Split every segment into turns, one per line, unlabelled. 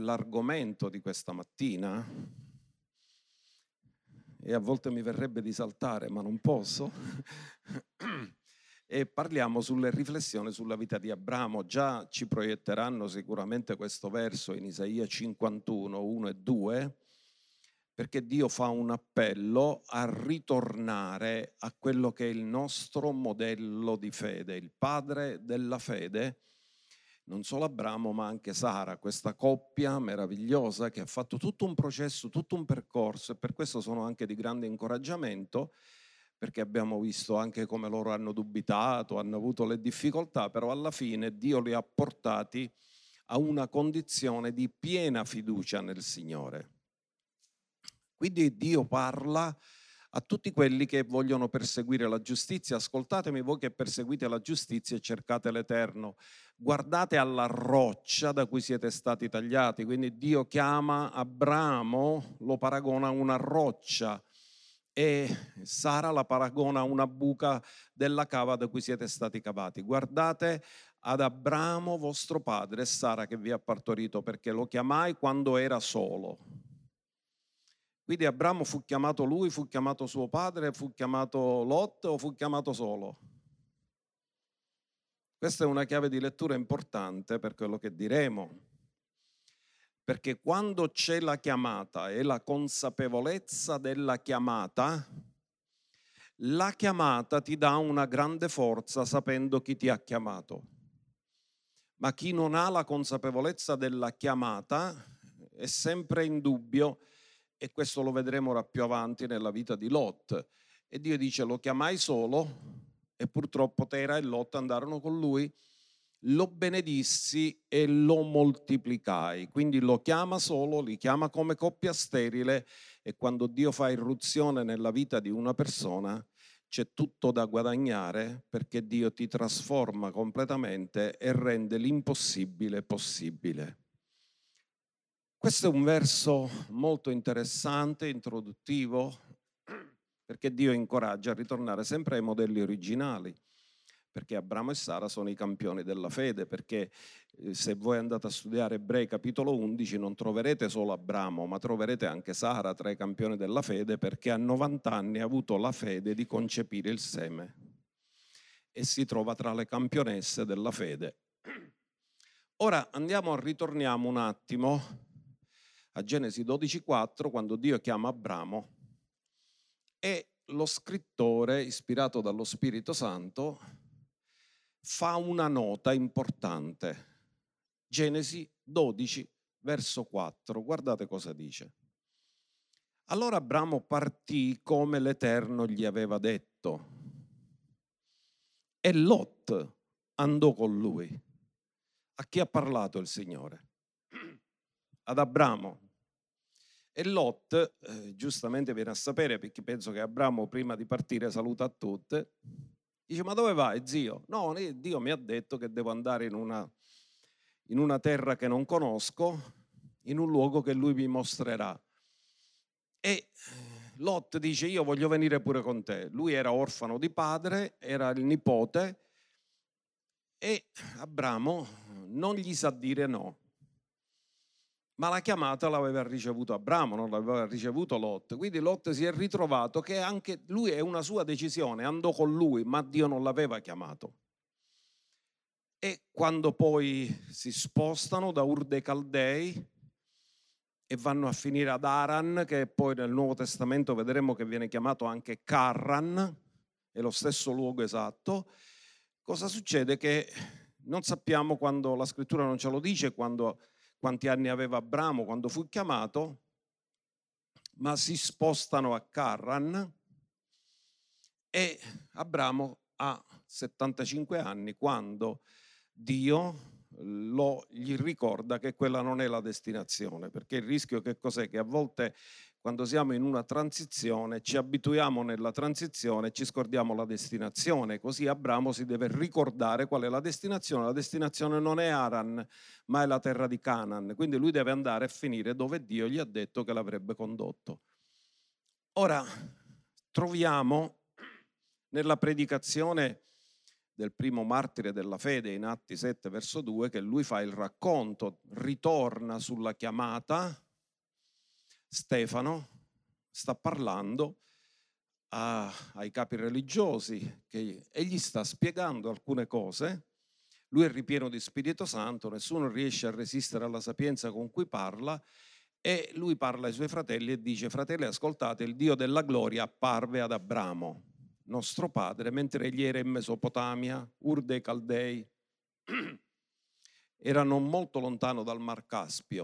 l'argomento di questa mattina, e a volte mi verrebbe di saltare, ma non posso, e parliamo sulle riflessioni sulla vita di Abramo. Già ci proietteranno sicuramente questo verso in Isaia 51, 1 e 2, perché Dio fa un appello a ritornare a quello che è il nostro modello di fede, il padre della fede, non solo Abramo ma anche Sara, questa coppia meravigliosa che ha fatto tutto un processo, tutto un percorso, e per questo sono anche di grande incoraggiamento, perché abbiamo visto anche come loro hanno dubitato, hanno avuto le difficoltà, però alla fine Dio li ha portati a una condizione di piena fiducia nel Signore. Quindi Dio parla a tutti quelli che vogliono perseguire la giustizia. Ascoltatemi voi che perseguite la giustizia e cercate l'Eterno. Guardate alla roccia da cui siete stati tagliati. Quindi Dio chiama Abramo, lo paragona a una roccia, e Sara la paragona a una buca della cava da cui siete stati cavati. Guardate ad Abramo vostro padre e Sara che vi ha partorito, perché lo chiamai quando era solo. Quindi Abramo fu chiamato lui, fu chiamato suo padre, fu chiamato Lot o fu chiamato solo? Questa è una chiave di lettura importante per quello che diremo, perché quando c'è la chiamata e la consapevolezza della chiamata, la chiamata ti dà una grande forza sapendo chi ti ha chiamato. Ma chi non ha la consapevolezza della chiamata è sempre in dubbio, e questo lo vedremo ora più avanti nella vita di Lot. E Dio dice: lo chiamai solo, e purtroppo Tera e Lot andarono con lui, lo benedissi e lo moltiplicai. Quindi lo chiama solo, li chiama come coppia sterile, e quando Dio fa irruzione nella vita di una persona c'è tutto da guadagnare, perché Dio ti trasforma completamente e rende l'impossibile possibile. Questo è un verso molto interessante, introduttivo, perché Dio incoraggia a ritornare sempre ai modelli originali, perché Abramo e Sara sono i campioni della fede, perché se voi andate a studiare Ebrei capitolo 11 non troverete solo Abramo, ma troverete anche Sara tra i campioni della fede, perché a 90 anni ha avuto la fede di concepire il seme e si trova tra le campionesse della fede. Ora ritorniamo un attimo a Genesi 12,4, quando Dio chiama Abramo, e lo scrittore, ispirato dallo Spirito Santo, fa una nota importante. Genesi 12, verso 4, guardate cosa dice. Allora Abramo partì come l'Eterno gli aveva detto, e Lot andò con lui. A chi ha parlato il Signore? Ad Abramo. E Lot, giustamente viene a sapere, perché penso che Abramo prima di partire saluta a tutte, dice: ma dove vai, zio? No, Dio mi ha detto che devo andare in una terra che non conosco, in un luogo che lui mi mostrerà. E Lot dice: io voglio venire pure con te. Lui era orfano di padre, era il nipote, e Abramo non gli sa dire no. Ma la chiamata l'aveva ricevuto Abramo, non l'aveva ricevuto Lot. Quindi Lot si è ritrovato che anche lui, è una sua decisione, andò con lui, ma Dio non l'aveva chiamato. E quando poi si spostano da Ur dei Caldei e vanno a finire ad Aran, che poi nel Nuovo Testamento vedremo che viene chiamato anche Carran, è lo stesso luogo esatto, cosa succede? Che non sappiamo, quando la scrittura non ce lo dice, quanti anni aveva Abramo quando fu chiamato, ma si spostano a Carran e Abramo ha 75 anni quando Dio gli ricorda che quella non è la destinazione, perché il rischio che cos'è? Che a volte quando siamo in una transizione ci abituiamo nella transizione e ci scordiamo la destinazione. Così Abramo si deve ricordare qual è la destinazione. La destinazione non è Aran, ma è la terra di Canaan. Quindi lui deve andare a finire dove Dio gli ha detto che l'avrebbe condotto. Ora troviamo nella predicazione del primo martire della fede in Atti 7 verso 2, che lui fa il racconto, ritorna sulla chiamata. Stefano sta parlando ai capi religiosi e gli sta spiegando alcune cose. Lui è ripieno di Spirito Santo, nessuno riesce a resistere alla sapienza con cui parla, e lui parla ai suoi fratelli e dice: fratelli, ascoltate, il Dio della gloria apparve ad Abramo, nostro padre, mentre egli era in Mesopotamia, Ur dei Caldei. Era non molto lontano dal Mar Caspio.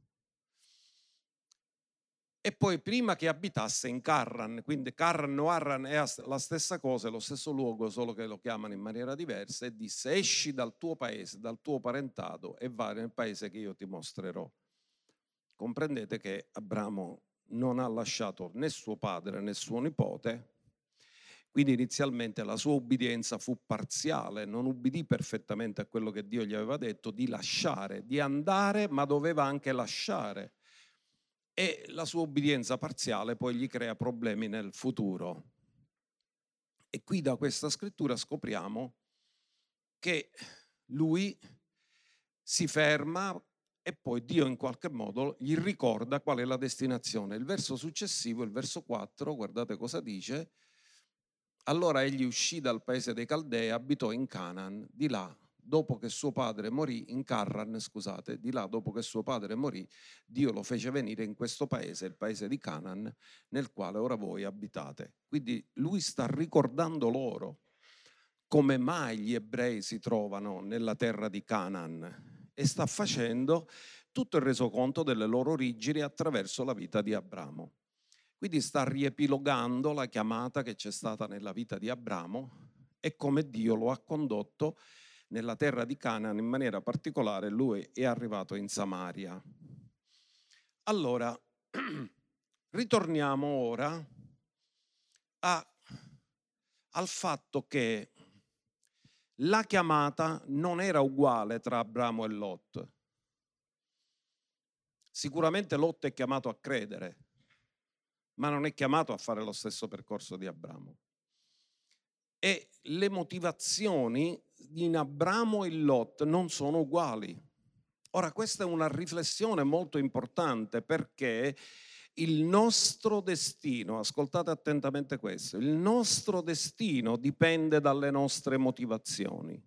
E poi prima che abitasse in Carran, quindi Carran o Arran è la stessa cosa, è lo stesso luogo, solo che lo chiamano in maniera diversa, e disse: esci dal tuo paese, dal tuo parentato, e vai nel paese che io ti mostrerò. Comprendete che Abramo non ha lasciato né suo padre né suo nipote, quindi inizialmente la sua ubbidienza fu parziale, non ubbidì perfettamente a quello che Dio gli aveva detto di lasciare, di andare, ma doveva anche lasciare. E la sua ubbidienza parziale poi gli crea problemi nel futuro. E qui da questa scrittura scopriamo che lui si ferma e poi Dio in qualche modo gli ricorda qual è la destinazione. Il verso successivo, il verso 4, guardate cosa dice: allora egli uscì dal paese dei Caldei, abitò in Canaan, di là dopo che suo padre morì, in Carran, scusate, di là dopo che suo padre morì, Dio lo fece venire in questo paese, il paese di Canaan, nel quale ora voi abitate. Quindi lui sta ricordando loro come mai gli ebrei si trovano nella terra di Canaan, e sta facendo tutto il resoconto delle loro origini attraverso la vita di Abramo. Quindi sta riepilogando la chiamata che c'è stata nella vita di Abramo e come Dio lo ha condotto nella terra di Canaan. In maniera particolare lui è arrivato in Samaria. Allora, ritorniamo ora al fatto che la chiamata non era uguale tra Abramo e Lot. Sicuramente Lot è chiamato a credere, ma non è chiamato a fare lo stesso percorso di Abramo. E le motivazioni in Abramo e Lot non sono uguali. Ora, questa è una riflessione molto importante, perché il nostro destino, ascoltate attentamente questo, il nostro destino dipende dalle nostre motivazioni.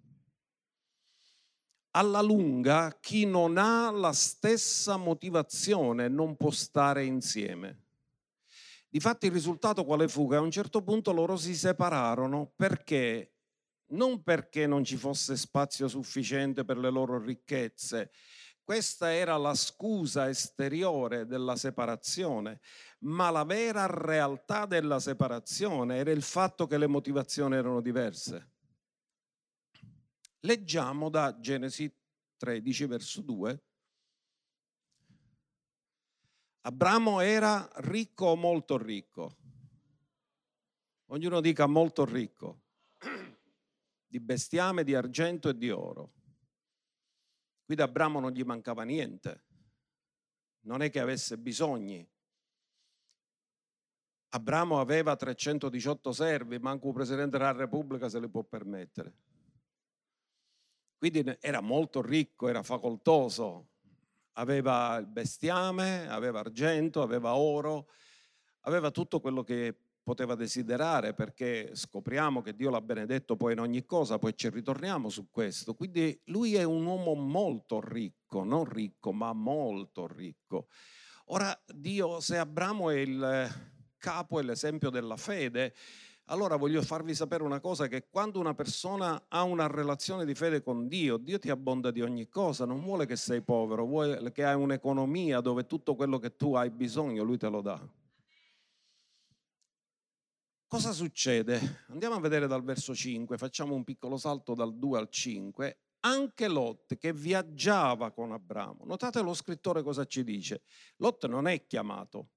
Alla lunga, chi non ha la stessa motivazione non può stare insieme. Difatti il risultato quale fu? Che a un certo punto loro si separarono perché, non perché non ci fosse spazio sufficiente per le loro ricchezze, questa era la scusa esteriore della separazione, ma la vera realtà della separazione era il fatto che le motivazioni erano diverse. Leggiamo da Genesi 13 verso 2. Abramo era ricco o molto ricco? Ognuno dica molto ricco, di bestiame, di argento e di oro. Qui da Abramo non gli mancava niente, non è che avesse bisogni. Abramo aveva 318 servi, manco il Presidente della Repubblica se li può permettere. Quindi era molto ricco, era facoltoso, aveva il bestiame, aveva argento, aveva oro, aveva tutto quello che poteva desiderare, perché scopriamo che Dio l'ha benedetto poi in ogni cosa, poi ci ritorniamo su questo. Quindi lui è un uomo molto ricco, non ricco ma molto ricco. Ora Dio, se Abramo è il capo e l'esempio della fede, allora voglio farvi sapere una cosa, che quando una persona ha una relazione di fede con Dio, Dio ti abbonda di ogni cosa, non vuole che sei povero, vuole che hai un'economia dove tutto quello che tu hai bisogno Lui te lo dà. Cosa succede? Andiamo a vedere dal verso 5, facciamo un piccolo salto dal 2 al 5. Anche Lot, che viaggiava con Abramo, notate lo scrittore cosa ci dice, Lot non è chiamato,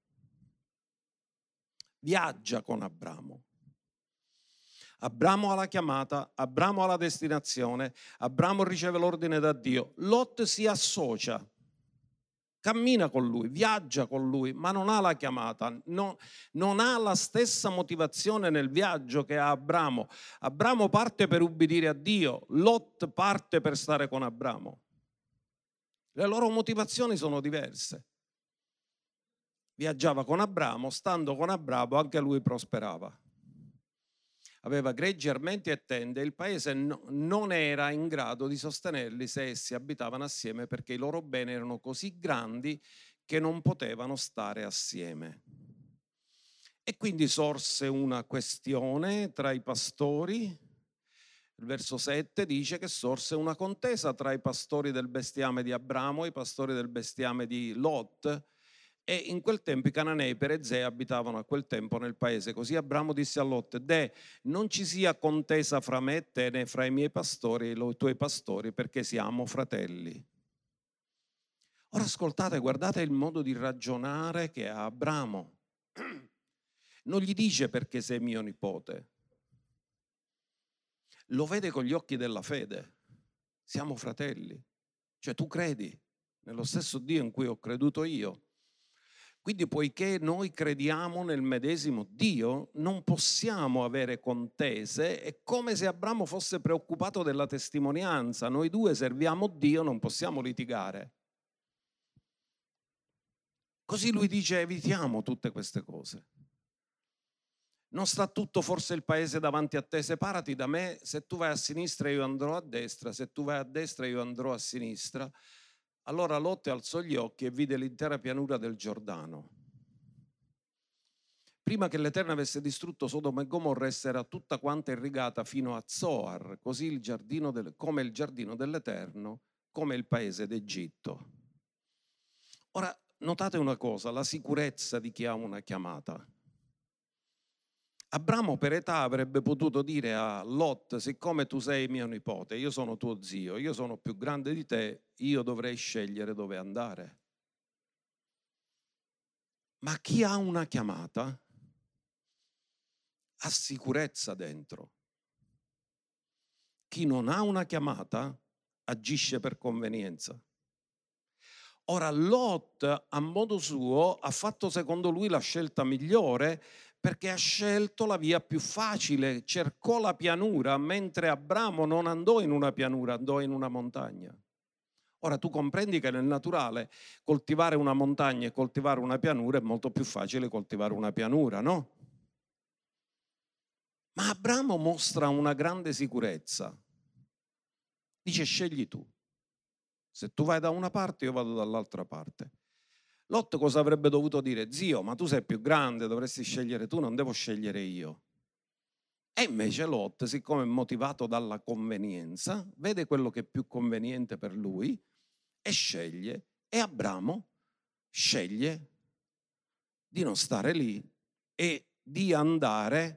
viaggia con Abramo. Abramo ha la chiamata, Abramo ha la destinazione, Abramo riceve l'ordine da Dio, Lot si associa. cammina con lui, viaggia con lui, ma non ha la chiamata, non ha la stessa motivazione nel viaggio che ha Abramo. Abramo parte per ubbidire a Dio, Lot parte per stare con Abramo. Le loro motivazioni sono diverse. Viaggiava con Abramo, stando con Abramo anche lui prosperava. Aveva greggi, armenti e tende, il paese non era in grado di sostenerli se essi abitavano assieme, perché i loro beni erano così grandi che non potevano stare assieme. E quindi sorse una questione tra i pastori. Il verso 7 dice che sorse una contesa tra i pastori del bestiame di Abramo e i pastori del bestiame di Lot. E in quel tempo i Cananei Perezei abitavano a quel tempo nel paese. Così Abramo disse a Lot: non ci sia contesa fra me e te, né fra i miei pastori e i tuoi pastori, perché siamo fratelli. Ora ascoltate, guardate il modo di ragionare che ha Abramo. Non gli dice perché sei mio nipote. Lo vede con gli occhi della fede. Siamo fratelli. Cioè tu credi nello stesso Dio in cui ho creduto io. Quindi poiché noi crediamo nel medesimo Dio, non possiamo avere contese. È come se Abramo fosse preoccupato della testimonianza. Noi due serviamo Dio, non possiamo litigare. Così lui dice: evitiamo tutte queste cose. Non sta tutto forse il paese davanti a te? Separati da me, se tu vai a sinistra io andrò a destra, se tu vai a destra io andrò a sinistra. Allora Lot alzò gli occhi e vide l'intera pianura del Giordano. Prima che l'Eterno avesse distrutto Sodoma e Gomorra, essa era tutta quanta irrigata fino a Zoar, così come il giardino dell'Eterno, come il paese d'Egitto. Ora, notate una cosa, la sicurezza di chi ha una chiamata. Abramo per età avrebbe potuto dire a Lot: siccome tu sei mio nipote, io sono tuo zio, io sono più grande di te, io dovrei scegliere dove andare. Ma chi ha una chiamata ha sicurezza dentro. Chi non ha una chiamata agisce per convenienza. Ora Lot, a modo suo, ha fatto secondo lui la scelta migliore, perché ha scelto la via più facile, cercò la pianura, mentre Abramo non andò in una pianura, andò in una montagna. Ora tu comprendi che nel naturale coltivare una montagna e coltivare una pianura è molto più facile coltivare una pianura, no? Ma Abramo mostra una grande sicurezza. Dice: scegli tu. Se tu vai da una parte, io vado dall'altra parte. Lot cosa avrebbe dovuto dire? Zio, ma tu sei più grande, dovresti scegliere tu, non devo scegliere io. E invece Lot, siccome è motivato dalla convenienza, vede quello che è più conveniente per lui e sceglie. E Abramo sceglie di non stare lì e di andare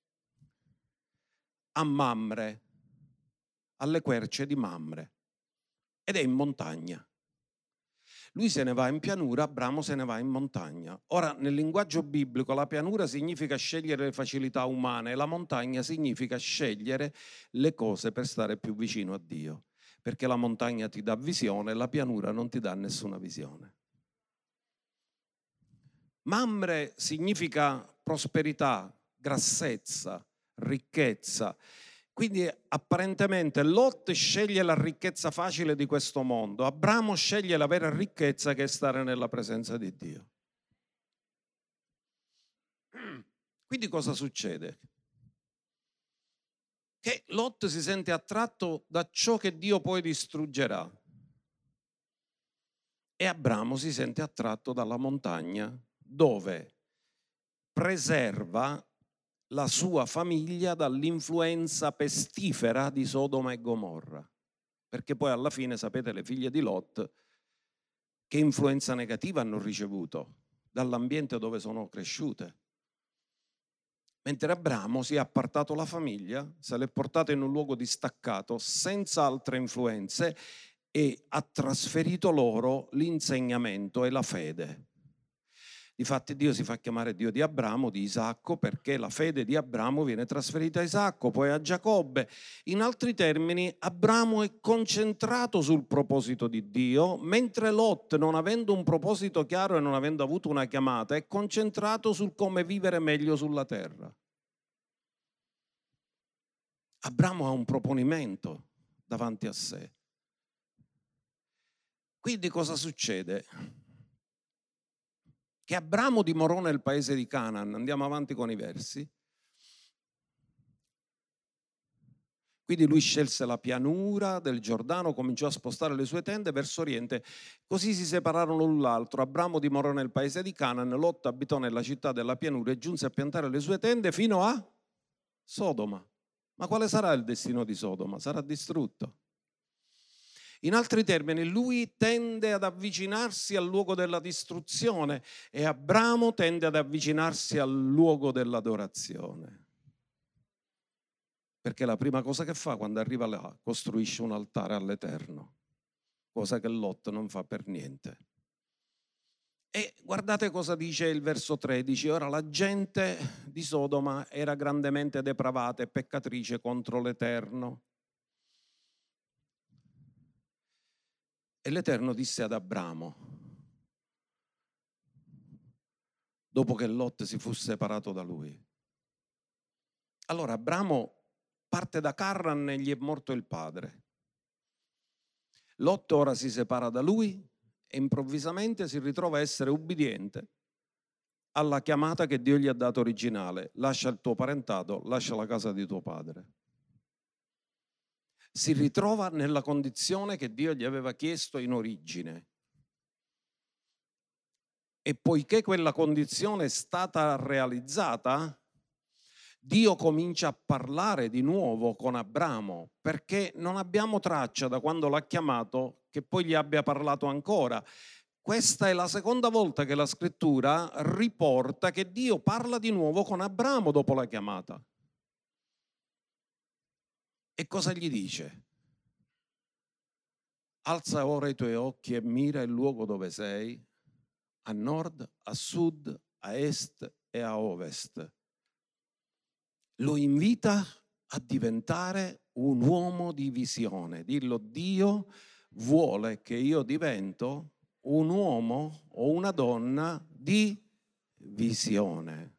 a Mamre, alle querce di Mamre, ed è in montagna. Lui se ne va in pianura, Abramo se ne va in montagna. Ora, nel linguaggio biblico, la pianura significa scegliere le facilità umane e la montagna significa scegliere le cose per stare più vicino a Dio. Perché la montagna ti dà visione, la pianura non ti dà nessuna visione. Mamre significa prosperità, grassezza, ricchezza. Quindi apparentemente Lot sceglie la ricchezza facile di questo mondo, Abramo sceglie la vera ricchezza, che è stare nella presenza di Dio. Quindi cosa succede? Che Lot si sente attratto da ciò che Dio poi distruggerà e Abramo si sente attratto dalla montagna, dove preserva la sua famiglia dall'influenza pestifera di Sodoma e Gomorra. Perché poi alla fine, sapete, le figlie di Lot che influenza negativa hanno ricevuto dall'ambiente dove sono cresciute. Mentre Abramo si è appartato la famiglia, se l'è portata in un luogo distaccato, senza altre influenze, e ha trasferito loro l'insegnamento e la fede. Difatti Dio si fa chiamare Dio di Abramo, di Isacco, perché la fede di Abramo viene trasferita a Isacco, poi a Giacobbe. In altri termini, Abramo è concentrato sul proposito di Dio, mentre Lot, non avendo un proposito chiaro e non avendo avuto una chiamata, è concentrato sul come vivere meglio sulla terra. Abramo ha un proponimento davanti a sé. Quindi cosa succede? Che Abramo dimorò nel paese di Canaan. Andiamo avanti con i versi. Quindi lui scelse la pianura del Giordano, cominciò a spostare le sue tende verso oriente, così si separarono l'un l'altro. Abramo dimorò nel paese di Canaan, Lot abitò nella città della pianura e giunse a piantare le sue tende fino a Sodoma. Ma quale sarà il destino di Sodoma? Sarà distrutto. In altri termini, lui tende ad avvicinarsi al luogo della distruzione e Abramo tende ad avvicinarsi al luogo dell'adorazione. Perché la prima cosa che fa quando arriva là, costruisce un altare all'Eterno, cosa che Lot non fa per niente. E guardate cosa dice il verso 13. Ora la gente di Sodoma era grandemente depravata e peccatrice contro l'Eterno. E l'Eterno disse ad Abramo, dopo che Lot si fu separato da lui. Allora Abramo parte da Carran e gli è morto il padre. Lot ora si separa da lui e improvvisamente si ritrova a essere ubbidiente alla chiamata che Dio gli ha dato originale. Lascia il tuo parentato, lascia la casa di tuo padre. Si ritrova nella condizione che Dio gli aveva chiesto in origine. E poiché quella condizione è stata realizzata, Dio comincia a parlare di nuovo con Abramo, perché non abbiamo traccia da quando l'ha chiamato che poi gli abbia parlato ancora. Questa è la seconda volta che la scrittura riporta che Dio parla di nuovo con Abramo dopo la chiamata. E cosa gli dice? Alza ora i tuoi occhi e mira il luogo dove sei, a nord, a sud, a est e a ovest. Lo invita a diventare un uomo di visione. Dillo, Dio vuole che io divento un uomo o una donna di visione.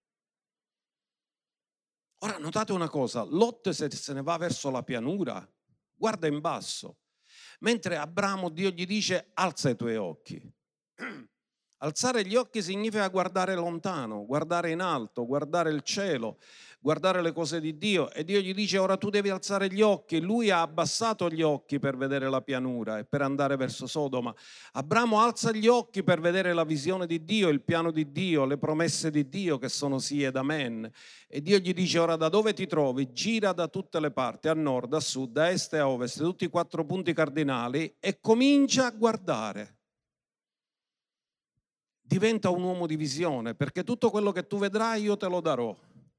Ora notate una cosa, Lot se ne va verso la pianura, guarda in basso, mentre Abramo Dio gli dice alza i tuoi occhi. Alzare gli occhi significa guardare lontano, guardare in alto, guardare il cielo, guardare le cose di Dio, e Dio gli dice ora tu devi alzare gli occhi. Lui ha abbassato gli occhi per vedere la pianura e per andare verso Sodoma. Abramo alza gli occhi per vedere la visione di Dio, il piano di Dio, le promesse di Dio che sono sì ed amen. E Dio gli dice ora da dove ti trovi? Gira da tutte le parti, a nord, a sud, a est e a ovest, tutti i 4 punti cardinali, e comincia a guardare. Diventa un uomo di visione, perché tutto quello che tu vedrai io te lo darò.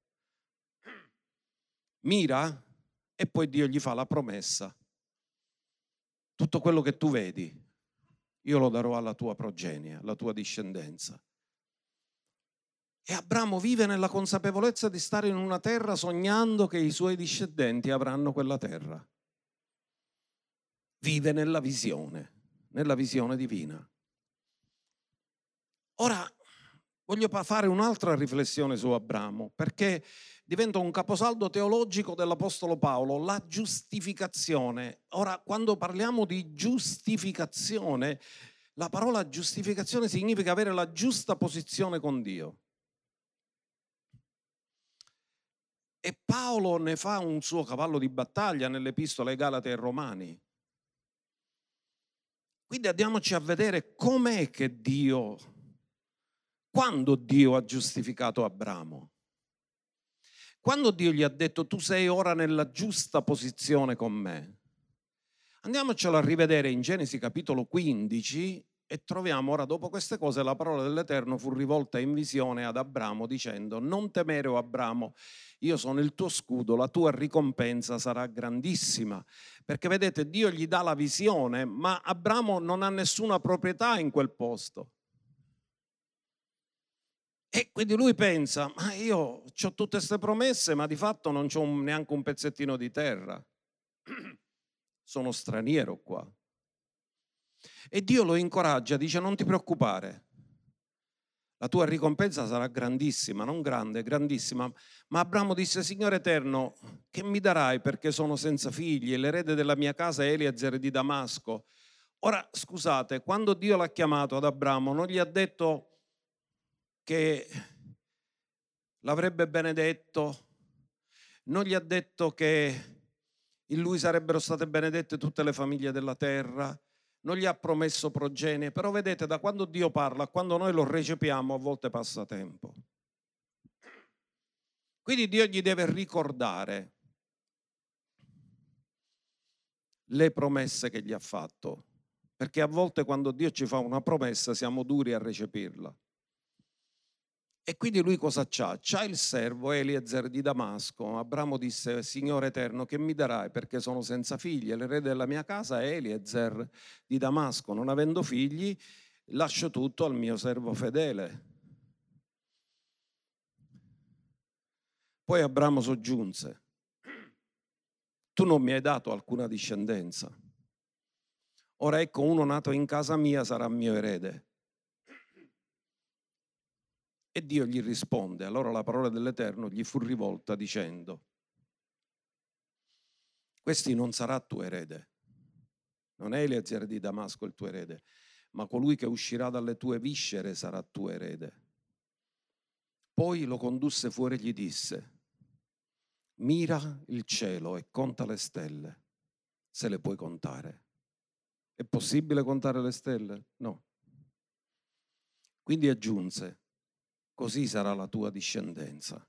Mira, e poi Dio gli fa la promessa. Tutto quello che tu vedi, io lo darò alla tua progenie, alla tua discendenza. E Abramo vive nella consapevolezza di stare in una terra sognando che i suoi discendenti avranno quella terra. Vive nella visione divina. Ora voglio fare un'altra riflessione su Abramo, perché diventa un caposaldo teologico dell'Apostolo Paolo, la giustificazione. Ora, quando parliamo di giustificazione, la parola giustificazione significa avere la giusta posizione con Dio. E Paolo ne fa un suo cavallo di battaglia nelle epistole ai Galati e ai Romani. Quindi andiamoci a vedere com'è che quando Dio ha giustificato Abramo. Quando Dio gli ha detto tu sei ora nella giusta posizione con me. Andiamocelo a rivedere in Genesi capitolo 15 e troviamo ora dopo queste cose la parola dell'Eterno fu rivolta in visione ad Abramo dicendo non temere o Abramo, io sono il tuo scudo, la tua ricompensa sarà grandissima. Perché vedete Dio gli dà la visione ma Abramo non ha nessuna proprietà in quel posto. E quindi lui pensa, ma io ho tutte queste promesse, ma di fatto non c'ho neanche un pezzettino di terra. Sono straniero qua. E Dio lo incoraggia, dice non ti preoccupare, la tua ricompensa sarà grandissima, non grande, grandissima. Ma Abramo disse, Signore Eterno, che mi darai perché sono senza figli e l'erede della mia casa è Eliezer di Damasco? Ora, scusate, quando Dio l'ha chiamato ad Abramo non gli ha detto che l'avrebbe benedetto, non gli ha detto che in lui sarebbero state benedette tutte le famiglie della terra, non gli ha promesso progenie, però vedete, da quando Dio parla a quando noi lo recepiamo a volte passa tempo. Quindi Dio gli deve ricordare le promesse che gli ha fatto, perché a volte quando Dio ci fa una promessa siamo duri a recepirla. E quindi lui cosa c'ha? C'ha il servo Eliezer di Damasco. Abramo disse, Signore Eterno, che mi darai perché sono senza figli? L'erede della mia casa è Eliezer di Damasco. Non avendo figli, lascio tutto al mio servo fedele. Poi Abramo soggiunse, tu non mi hai dato alcuna discendenza. Ora ecco, uno nato in casa mia sarà mio erede. E Dio gli risponde, allora la parola dell'Eterno gli fu rivolta dicendo, questi non sarà tuo erede, non è Eliezer di Damasco il tuo erede, ma colui che uscirà dalle tue viscere sarà tuo erede. Poi lo condusse fuori e gli disse, mira il cielo e conta le stelle, se le puoi contare. È possibile contare le stelle? No. Quindi aggiunse, così sarà la tua discendenza.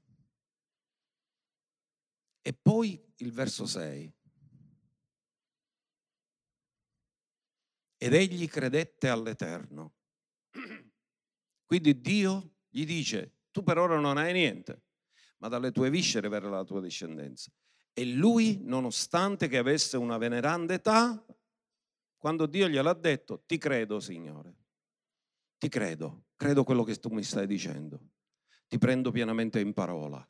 E poi il verso 6. Ed egli credette all'Eterno. Quindi Dio gli dice, tu per ora non hai niente, ma dalle tue viscere verrà la tua discendenza. E lui, nonostante che avesse una veneranda età, quando Dio gliel'ha detto, ti credo, Signore, ti credo quello che tu mi stai dicendo, ti prendo pienamente in parola.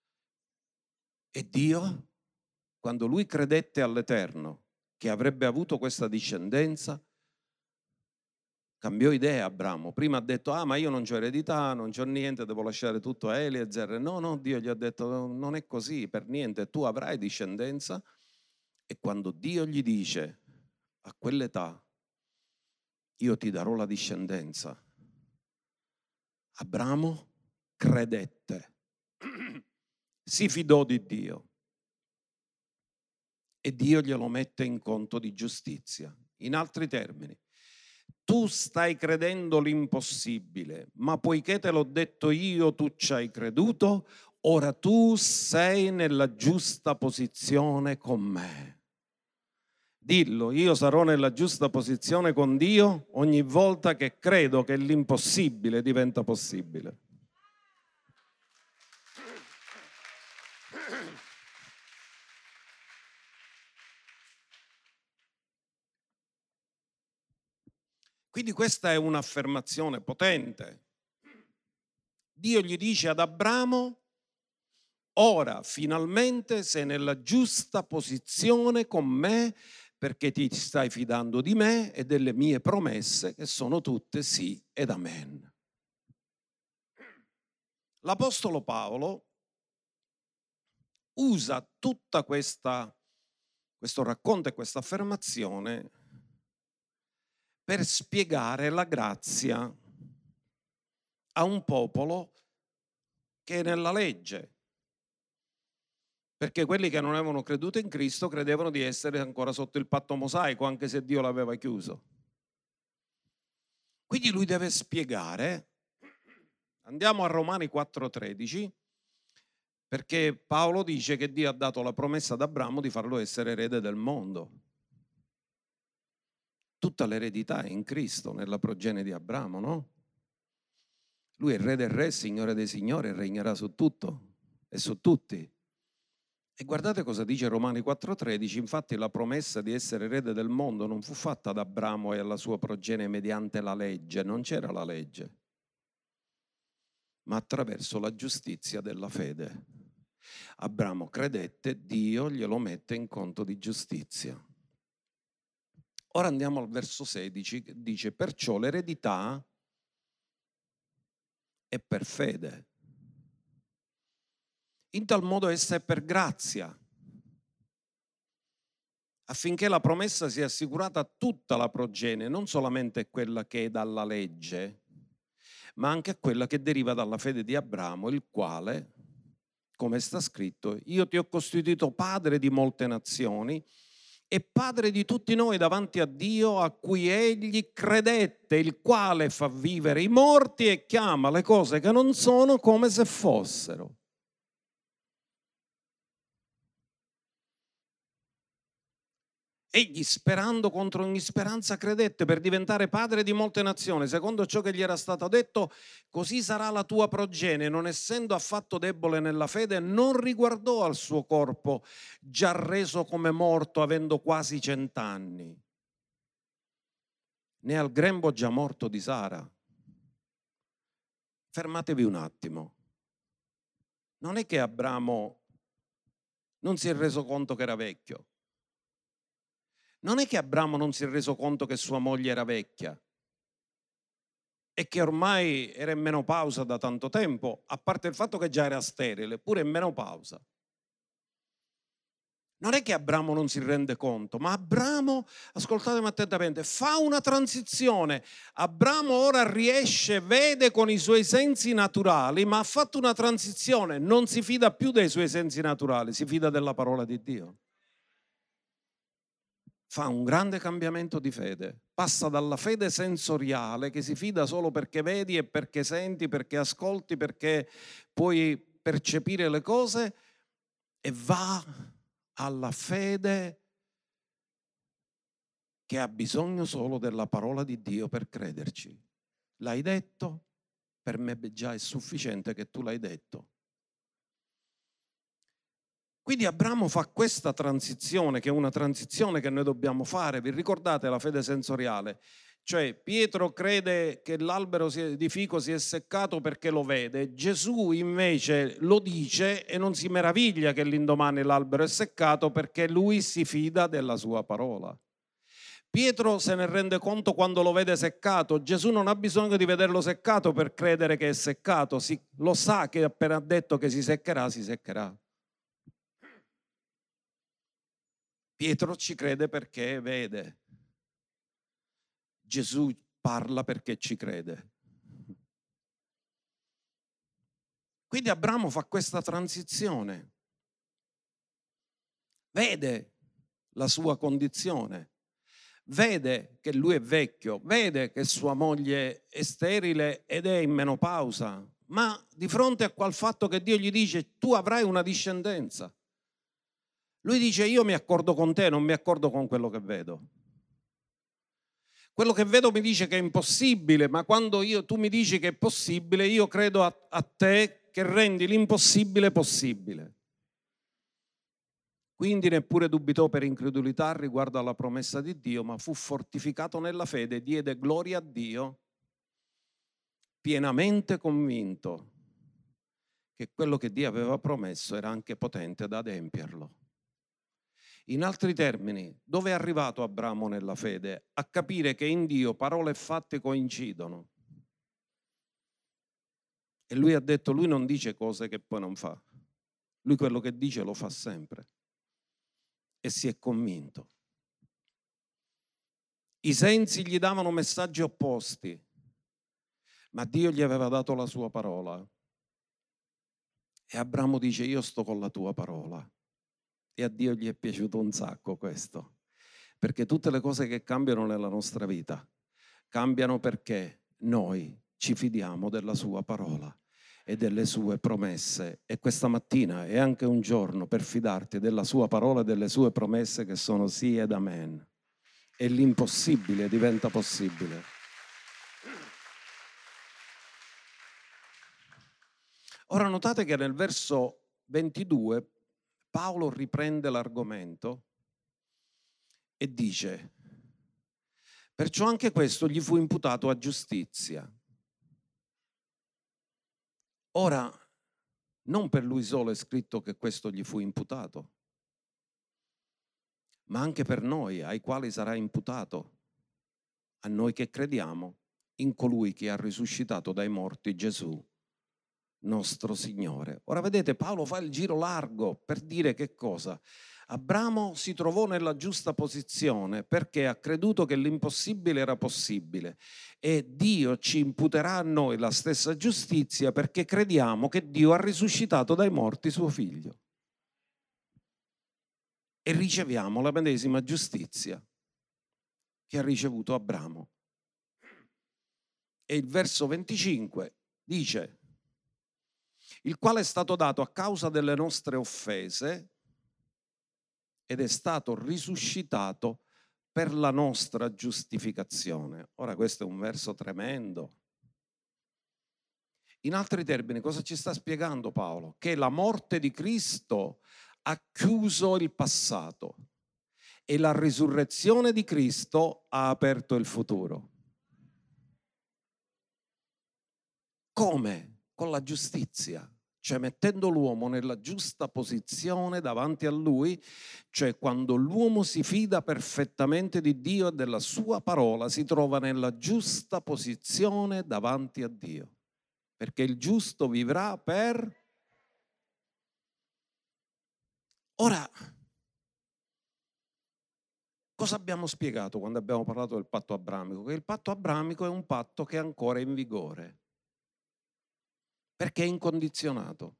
E Dio, quando lui credette all'Eterno che avrebbe avuto questa discendenza, cambiò idea Abramo. Prima ha detto, ma io non c'ho eredità, non c'ho niente, devo lasciare tutto a Eliezer. No, Dio gli ha detto, non è così, per niente, tu avrai discendenza. E quando Dio gli dice, a quell'età, io ti darò la discendenza, Abramo credette, si fidò di Dio e Dio glielo mette in conto di giustizia. In altri termini, tu stai credendo l'impossibile, ma poiché te l'ho detto io, tu ci hai creduto, ora tu sei nella giusta posizione con me. Dillo, io sarò nella giusta posizione con Dio ogni volta che credo che l'impossibile diventa possibile. Quindi questa è un'affermazione potente. Dio gli dice ad Abramo, ora finalmente sei nella giusta posizione con me perché ti stai fidando di me e delle mie promesse che sono tutte sì ed amen. L'Apostolo Paolo usa tutta questo racconto e questa affermazione per spiegare la grazia a un popolo che è nella legge. Perché quelli che non avevano creduto in Cristo credevano di essere ancora sotto il patto mosaico, anche se Dio l'aveva chiuso. Quindi lui deve spiegare, andiamo a Romani 4,13, perché Paolo dice che Dio ha dato la promessa ad Abramo di farlo essere erede del mondo. Tutta l'eredità è in Cristo, nella progenie di Abramo, no? Lui è re del re, signore dei signori, regnerà su tutto e su tutti. E guardate cosa dice Romani 4,13, infatti la promessa di essere erede del mondo non fu fatta ad Abramo e alla sua progenie mediante la legge, non c'era la legge. ma attraverso la giustizia della fede. Abramo credette, Dio glielo mette in conto di giustizia. Ora andiamo al verso 16 che dice: perciò l'eredità è per fede. In tal modo essa è per grazia, affinché la promessa sia assicurata a tutta la progenie, non solamente quella che è dalla legge, ma anche quella che deriva dalla fede di Abramo, il quale, come sta scritto, io ti ho costituito padre di molte nazioni e padre di tutti noi davanti a Dio, a cui egli credette, il quale fa vivere i morti e chiama le cose che non sono come se fossero. Egli, sperando contro ogni speranza, credette per diventare padre di molte nazioni, secondo ciò che gli era stato detto: così sarà la tua progenie. Non essendo affatto debole nella fede, non riguardò al suo corpo, già reso come morto, avendo quasi 100 anni, né al grembo già morto di Sara. Fermatevi un attimo. Non è che Abramo non si è reso conto che era vecchio. Non è che Abramo non si è reso conto che sua moglie era vecchia e che ormai era in menopausa da tanto tempo, a parte il fatto che già era sterile, pure in menopausa. Non è che Abramo non si rende conto, ma Abramo, ascoltatemi attentamente, fa una transizione. Abramo ora riesce, vede con i suoi sensi naturali, ma ha fatto una transizione, non si fida più dei suoi sensi naturali, si fida della parola di Dio. Fa un grande cambiamento di fede, passa dalla fede sensoriale che si fida solo perché vedi e perché senti, perché ascolti, perché puoi percepire le cose, e va alla fede che ha bisogno solo della parola di Dio per crederci. L'hai detto? Per me già è sufficiente che tu l'hai detto. Quindi Abramo fa questa transizione, che è una transizione che noi dobbiamo fare. Vi ricordate la fede sensoriale? Cioè Pietro crede che l'albero di fico si è seccato perché lo vede, Gesù invece lo dice e non si meraviglia che l'indomani l'albero è seccato perché lui si fida della sua parola. Pietro se ne rende conto quando lo vede seccato. Gesù non ha bisogno di vederlo seccato per credere che è seccato, lo sa che appena detto che si seccherà, si seccherà. Pietro ci crede perché vede. Gesù parla perché ci crede. Quindi Abramo fa questa transizione. Vede la sua condizione. Vede che lui è vecchio, vede che sua moglie è sterile ed è in menopausa, ma di fronte a quel fatto che Dio gli dice: tu avrai una discendenza, lui dice: io mi accordo con te, non mi accordo con quello che vedo. Quello che vedo mi dice che è impossibile, ma quando tu mi dici che è possibile, io credo a te che rendi l'impossibile possibile. Quindi neppure dubitò per incredulità riguardo alla promessa di Dio, ma fu fortificato nella fede, diede gloria a Dio, pienamente convinto che quello che Dio aveva promesso era anche potente ad adempierlo. In altri termini, dove è arrivato Abramo nella fede? A capire che in Dio parole e fatti coincidono. E lui ha detto: lui non dice cose che poi non fa. Lui quello che dice lo fa sempre. E si è convinto. I sensi gli davano messaggi opposti, ma Dio gli aveva dato la sua parola. E Abramo dice: io sto con la tua parola. E a Dio gli è piaciuto un sacco questo, perché tutte le cose che cambiano nella nostra vita cambiano perché noi ci fidiamo della sua parola e delle sue promesse. E questa mattina è anche un giorno per fidarti della sua parola e delle sue promesse, che sono sì ed amen. E l'impossibile diventa possibile. Ora notate che nel verso 22 Paolo riprende l'argomento e dice: perciò anche questo gli fu imputato a giustizia. Ora, non per lui solo è scritto che questo gli fu imputato, ma anche per noi, ai quali sarà imputato, a noi che crediamo in colui che ha risuscitato dai morti Gesù, nostro Signore. Ora vedete, Paolo fa il giro largo per dire che cosa? Abramo si trovò nella giusta posizione perché ha creduto che l'impossibile era possibile e Dio ci imputerà a noi la stessa giustizia perché crediamo che Dio ha risuscitato dai morti suo figlio e riceviamo la medesima giustizia che ha ricevuto Abramo. E il verso 25 dice: il quale è stato dato a causa delle nostre offese ed è stato risuscitato per la nostra giustificazione. Ora questo è un verso tremendo. In altri termini, cosa ci sta spiegando Paolo? Che la morte di Cristo ha chiuso il passato e la risurrezione di Cristo ha aperto il futuro. Come? Con la giustizia. Cioè mettendo l'uomo nella giusta posizione davanti a lui, cioè quando l'uomo si fida perfettamente di Dio e della sua parola, si trova nella giusta posizione davanti a Dio, perché il giusto vivrà per... Ora, cosa abbiamo spiegato quando abbiamo parlato del patto abramico? Che il patto abramico è un patto che è ancora in vigore, perché è incondizionato.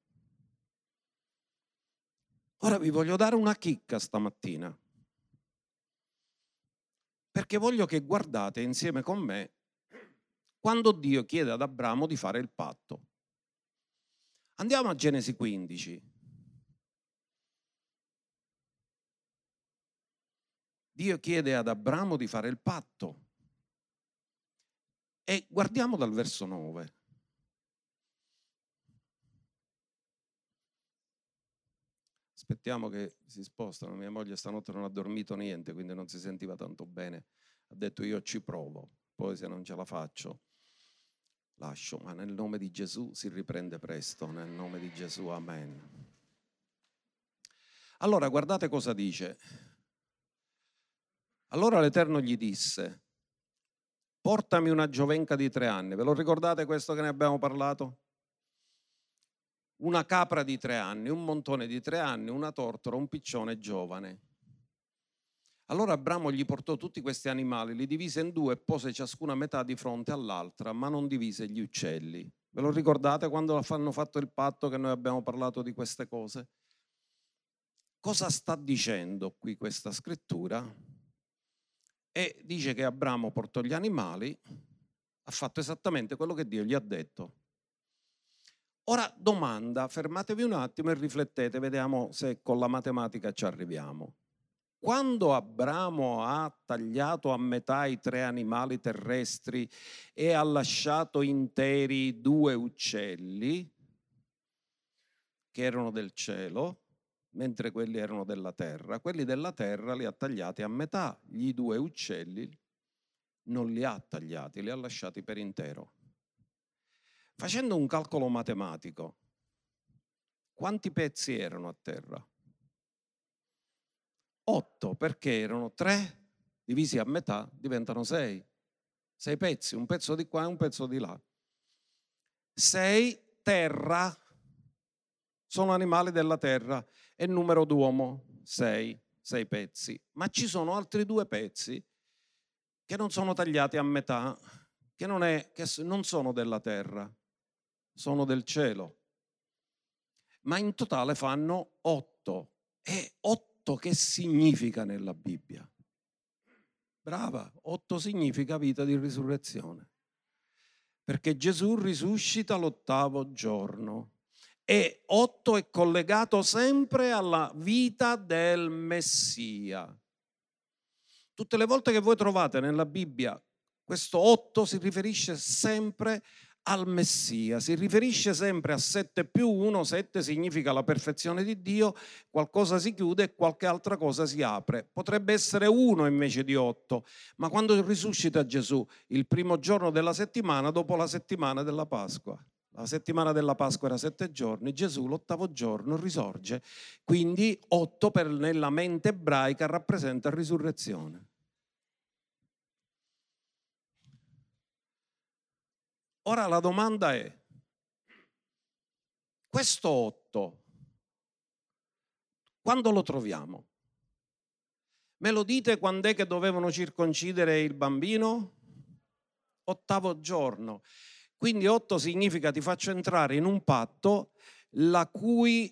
Ora vi voglio dare una chicca stamattina, perché voglio che guardate insieme con me quando Dio chiede ad Abramo di fare il patto. Andiamo a Genesi 15. Dio chiede ad Abramo di fare il patto e guardiamo dal verso 9. Aspettiamo che si spostano, mia moglie stanotte non ha dormito niente, quindi non si sentiva tanto bene. Ha detto io ci provo, poi se non ce la faccio lascio, ma nel nome di Gesù si riprende presto, nel nome di Gesù, amen. Allora guardate cosa dice. Allora l'Eterno gli disse: portami una giovenca di 3 anni. Ve lo ricordate questo che ne abbiamo parlato? Una capra di 3 anni, un montone di 3 anni, una tortora, un piccione giovane. Allora Abramo gli portò tutti questi animali, li divise in 2 e pose ciascuna metà di fronte all'altra, ma non divise gli uccelli. Ve lo ricordate quando hanno fatto il patto che noi abbiamo parlato di queste cose? Cosa sta dicendo qui questa scrittura? E dice che Abramo portò gli animali, ha fatto esattamente quello che Dio gli ha detto. Ora domanda, fermatevi un attimo e riflettete, vediamo se con la matematica ci arriviamo. Quando Abramo ha tagliato a metà i 3 animali terrestri e ha lasciato interi 2 uccelli, che erano del cielo, mentre quelli erano della terra, quelli della terra li ha tagliati a metà, gli 2 uccelli non li ha tagliati, li ha lasciati per intero. Facendo un calcolo matematico, quanti pezzi erano a terra? 8, perché erano 3 divisi a metà, diventano 6. 6 pezzi, un pezzo di qua e un pezzo di là. 6 terra, sono animali della terra, e numero d'uomo 6 pezzi. Ma ci sono altri 2 pezzi che non sono tagliati a metà, che non sono della terra, sono del cielo. Ma in totale fanno 8. E 8 che significa nella Bibbia? Brava, 8 significa vita di risurrezione. Perché Gesù risuscita l'8° giorno. E 8 è collegato sempre alla vita del Messia. Tutte le volte che voi trovate nella Bibbia questo 8 si riferisce sempre al Messia, si riferisce sempre a 7+1, 7 significa la perfezione di Dio, qualcosa si chiude e qualche altra cosa si apre. Potrebbe essere 1 invece di 8, ma quando risuscita Gesù, il primo giorno della settimana, dopo la settimana della Pasqua, La settimana della Pasqua era 7 giorni, Gesù l'8° giorno risorge, quindi 8 nella mente ebraica rappresenta risurrezione. Ora la domanda è, questo 8, quando lo troviamo? Me lo dite quando è che dovevano circoncidere il bambino? 8° giorno. Quindi 8 significa ti faccio entrare in un patto la cui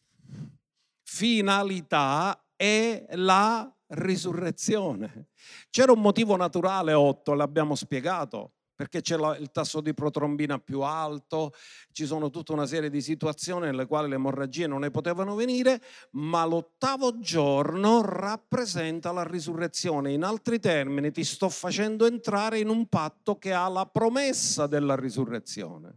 finalità è la risurrezione. C'era un motivo naturale 8, l'abbiamo spiegato, perché c'è il tasso di protrombina più alto, ci sono tutta una serie di situazioni nelle quali le emorragie non ne potevano venire, ma l'8° giorno rappresenta la risurrezione. In altri termini, ti sto facendo entrare in un patto che ha la promessa della risurrezione.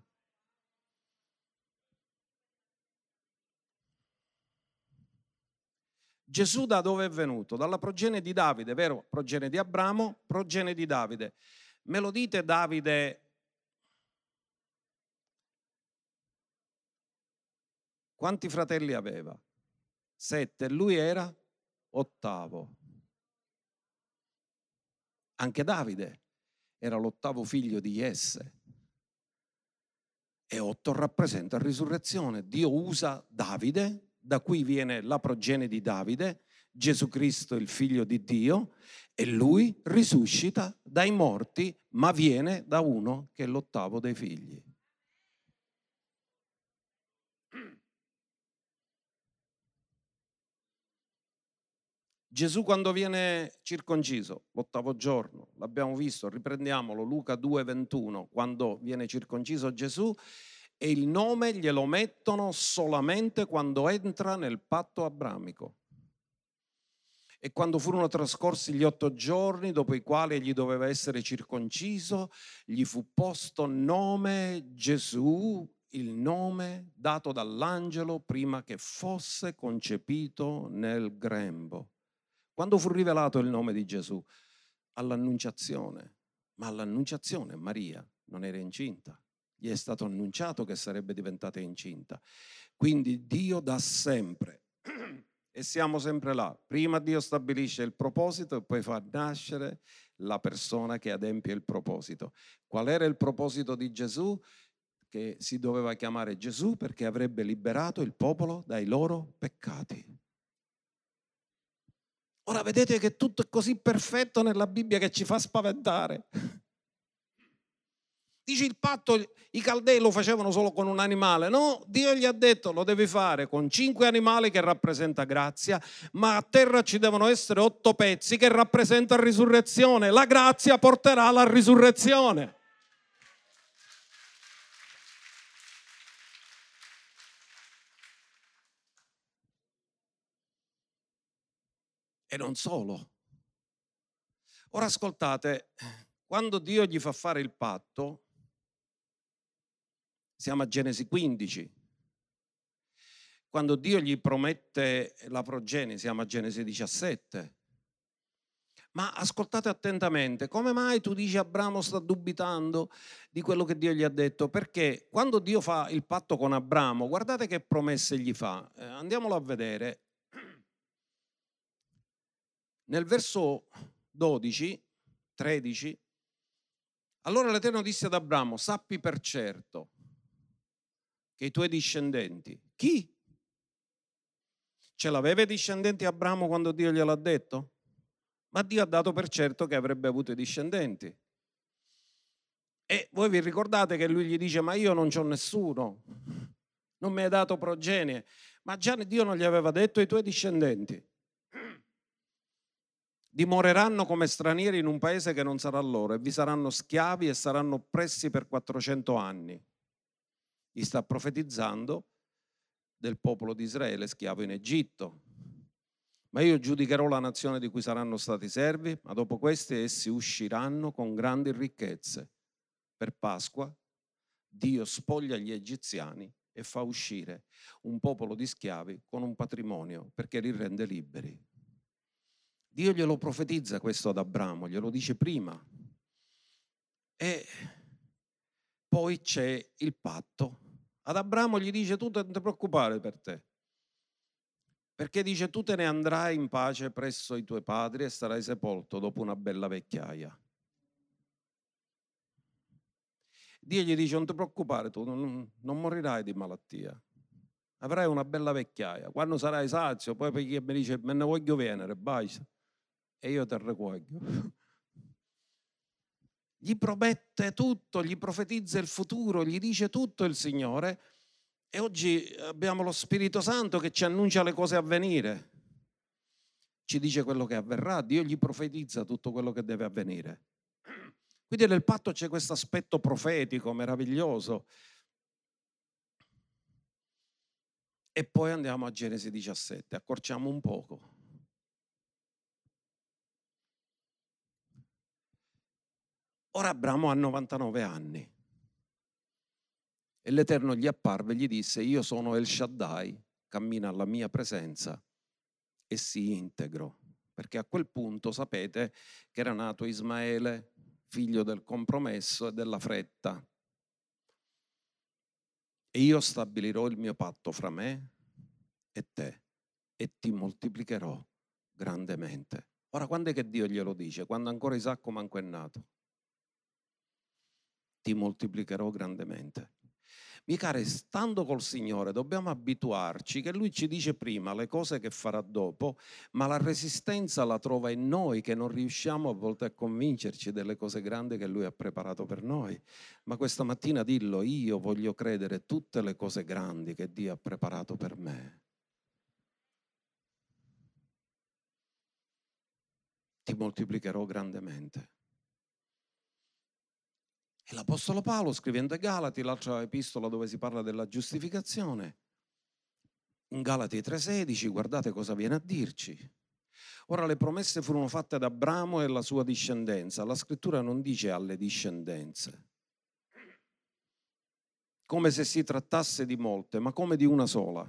Gesù da dove è venuto? Dalla progenie di Davide, vero? Progenie di Abramo, progenie di Davide. Me lo dite Davide? Quanti fratelli aveva? 7, lui era 8°. Anche Davide era l'8° figlio di Jesse. E 8 rappresenta risurrezione. Dio usa Davide, da cui viene la progenie di Davide, Gesù Cristo il figlio di Dio, e lui risuscita dai morti, ma viene da uno che è l'8° dei figli. Gesù quando viene circonciso, l'8° giorno, l'abbiamo visto, riprendiamolo, Luca 2,21, quando viene circonciso Gesù, e il nome glielo mettono solamente quando entra nel patto abramico. E quando furono trascorsi gli 8 giorni, dopo i quali egli doveva essere circonciso, gli fu posto nome Gesù, il nome dato dall'angelo prima che fosse concepito nel grembo. Quando fu rivelato il nome di Gesù? All'annunciazione, ma all'annunciazione Maria non era incinta, gli è stato annunciato che sarebbe diventata incinta. Quindi Dio dà sempre, e siamo sempre là, prima Dio stabilisce il proposito e poi fa nascere la persona che adempie il proposito. Qual era il proposito di Gesù? Che si doveva chiamare Gesù perché avrebbe liberato il popolo dai loro peccati. Ora vedete che tutto è così perfetto nella Bibbia che ci fa spaventare. Dici il patto, i Caldei lo facevano solo con un animale. No, Dio gli ha detto lo devi fare con 5 animali che rappresenta grazia, ma a terra ci devono essere 8 pezzi che rappresentano risurrezione. La grazia porterà alla risurrezione. E non solo. Ora ascoltate, quando Dio gli fa fare il patto, siamo a Genesi 15. Quando Dio gli promette la progenie, siamo a Genesi 17. Ma ascoltate attentamente, come mai tu dici Abramo sta dubitando di quello che Dio gli ha detto? Perché quando Dio fa il patto con Abramo, guardate che promesse gli fa. Andiamolo a vedere. Nel verso 12, 13, allora l'Eterno disse ad Abramo, sappi per certo che i tuoi discendenti, chi? Ce l'aveva i discendenti Abramo quando Dio gliel'ha detto? Ma Dio ha dato per certo che avrebbe avuto i discendenti. E voi vi ricordate che lui gli dice, ma io non c'ho nessuno, non mi hai dato progenie. Ma già Dio non gli aveva detto i tuoi discendenti dimoreranno come stranieri in un paese che non sarà loro e vi saranno schiavi e saranno oppressi per 400 anni. Gli sta profetizzando del popolo di Israele schiavo in Egitto. Ma io giudicherò la nazione di cui saranno stati servi, ma dopo questi essi usciranno con grandi ricchezze. Per Pasqua Dio spoglia gli egiziani e fa uscire un popolo di schiavi con un patrimonio perché li rende liberi. Dio glielo profetizza questo ad Abramo, glielo dice prima. poi c'è il patto. Ad Abramo gli dice: tu non ti preoccupare per te, perché dice: tu te ne andrai in pace presso i tuoi padri e sarai sepolto dopo una bella vecchiaia. Dio gli dice: non ti preoccupare, tu non morirai di malattia, avrai una bella vecchiaia, quando sarai sazio, poi perché mi dice: me ne voglio venere, basta, e io te recoglio. Gli promette tutto, gli profetizza il futuro, gli dice tutto il Signore, e oggi abbiamo lo Spirito Santo che ci annuncia le cose a venire, ci dice quello che avverrà, Dio gli profetizza tutto quello che deve avvenire. Quindi nel patto c'è questo aspetto profetico meraviglioso. E poi andiamo a Genesi 17, accorciamo un poco. Ora Abramo ha 99 anni e l'Eterno gli apparve e gli disse: io sono El Shaddai, cammina alla mia presenza e sii integro. Perché a quel punto sapete che era nato Ismaele, figlio del compromesso e della fretta. E io stabilirò il mio patto fra me e te e ti moltiplicherò grandemente. Ora, quando è che Dio glielo dice? Quando ancora Isacco manco è nato. Ti moltiplicherò grandemente. Miei cari, stando col Signore dobbiamo abituarci che Lui ci dice prima le cose che farà dopo, ma la resistenza la trova in noi, che non riusciamo a volte a convincerci delle cose grandi che Lui ha preparato per noi. Ma questa mattina dillo: io voglio credere tutte le cose grandi che Dio ha preparato per me. Ti moltiplicherò grandemente. E l'Apostolo Paolo, scrivendo ai Galati, l'altra epistola dove si parla della giustificazione, in Galati 3,16, guardate cosa viene a dirci. Ora le promesse furono fatte ad Abramo e alla sua discendenza. La scrittura non dice alle discendenze, come se si trattasse di molte, ma come di una sola.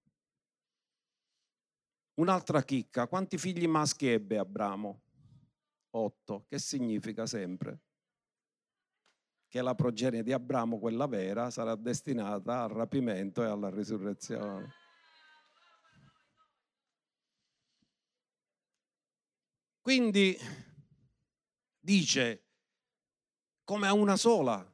Un'altra chicca: quanti figli maschi ebbe Abramo? 8. Che significa sempre che la progenie di Abramo, quella vera, sarà destinata al rapimento e alla risurrezione. Quindi dice: come a una sola,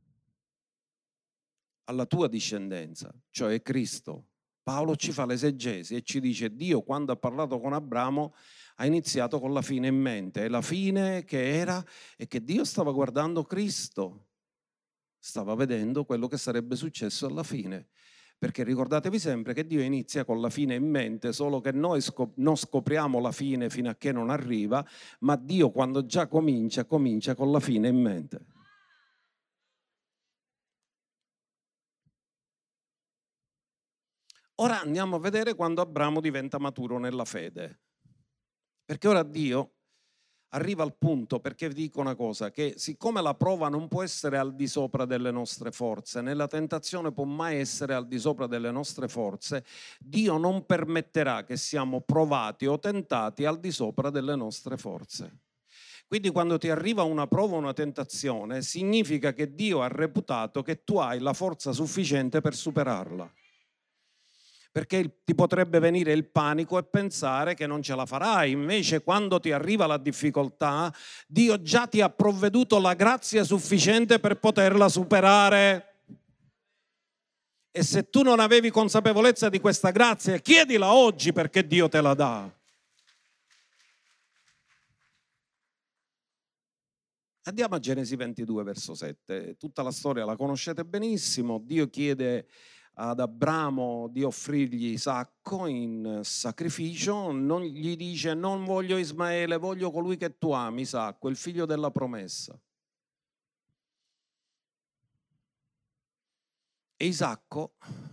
alla tua discendenza, cioè Cristo. Paolo ci fa l'esegesi e ci dice: Dio, quando ha parlato con Abramo, ha iniziato con la fine in mente, e la fine che era è che Dio stava guardando Cristo, stava vedendo quello che sarebbe successo alla fine. Perché ricordatevi sempre che Dio inizia con la fine in mente, solo che noi non scopriamo la fine fino a che non arriva, ma Dio quando già comincia con la fine in mente. Ora andiamo a vedere quando Abramo diventa maturo nella fede. Perché ora Dio arriva al punto, perché vi dico una cosa, che siccome la prova non può essere al di sopra delle nostre forze, né la tentazione può mai essere al di sopra delle nostre forze, Dio non permetterà che siamo provati o tentati al di sopra delle nostre forze. Quindi quando ti arriva una prova o una tentazione, significa che Dio ha reputato che tu hai la forza sufficiente per superarla. Perché ti potrebbe venire il panico e pensare che non ce la farai. Invece quando ti arriva la difficoltà, Dio già ti ha provveduto la grazia sufficiente per poterla superare. E se tu non avevi consapevolezza di questa grazia, chiedila oggi, perché Dio te la dà. Andiamo a Genesi 22, verso 7. Tutta la storia la conoscete benissimo. Dio chiede ad Abramo di offrirgli Isacco in sacrificio, non gli dice: non voglio Ismaele, voglio colui che tu ami, Isacco, il figlio della promessa. E Isacco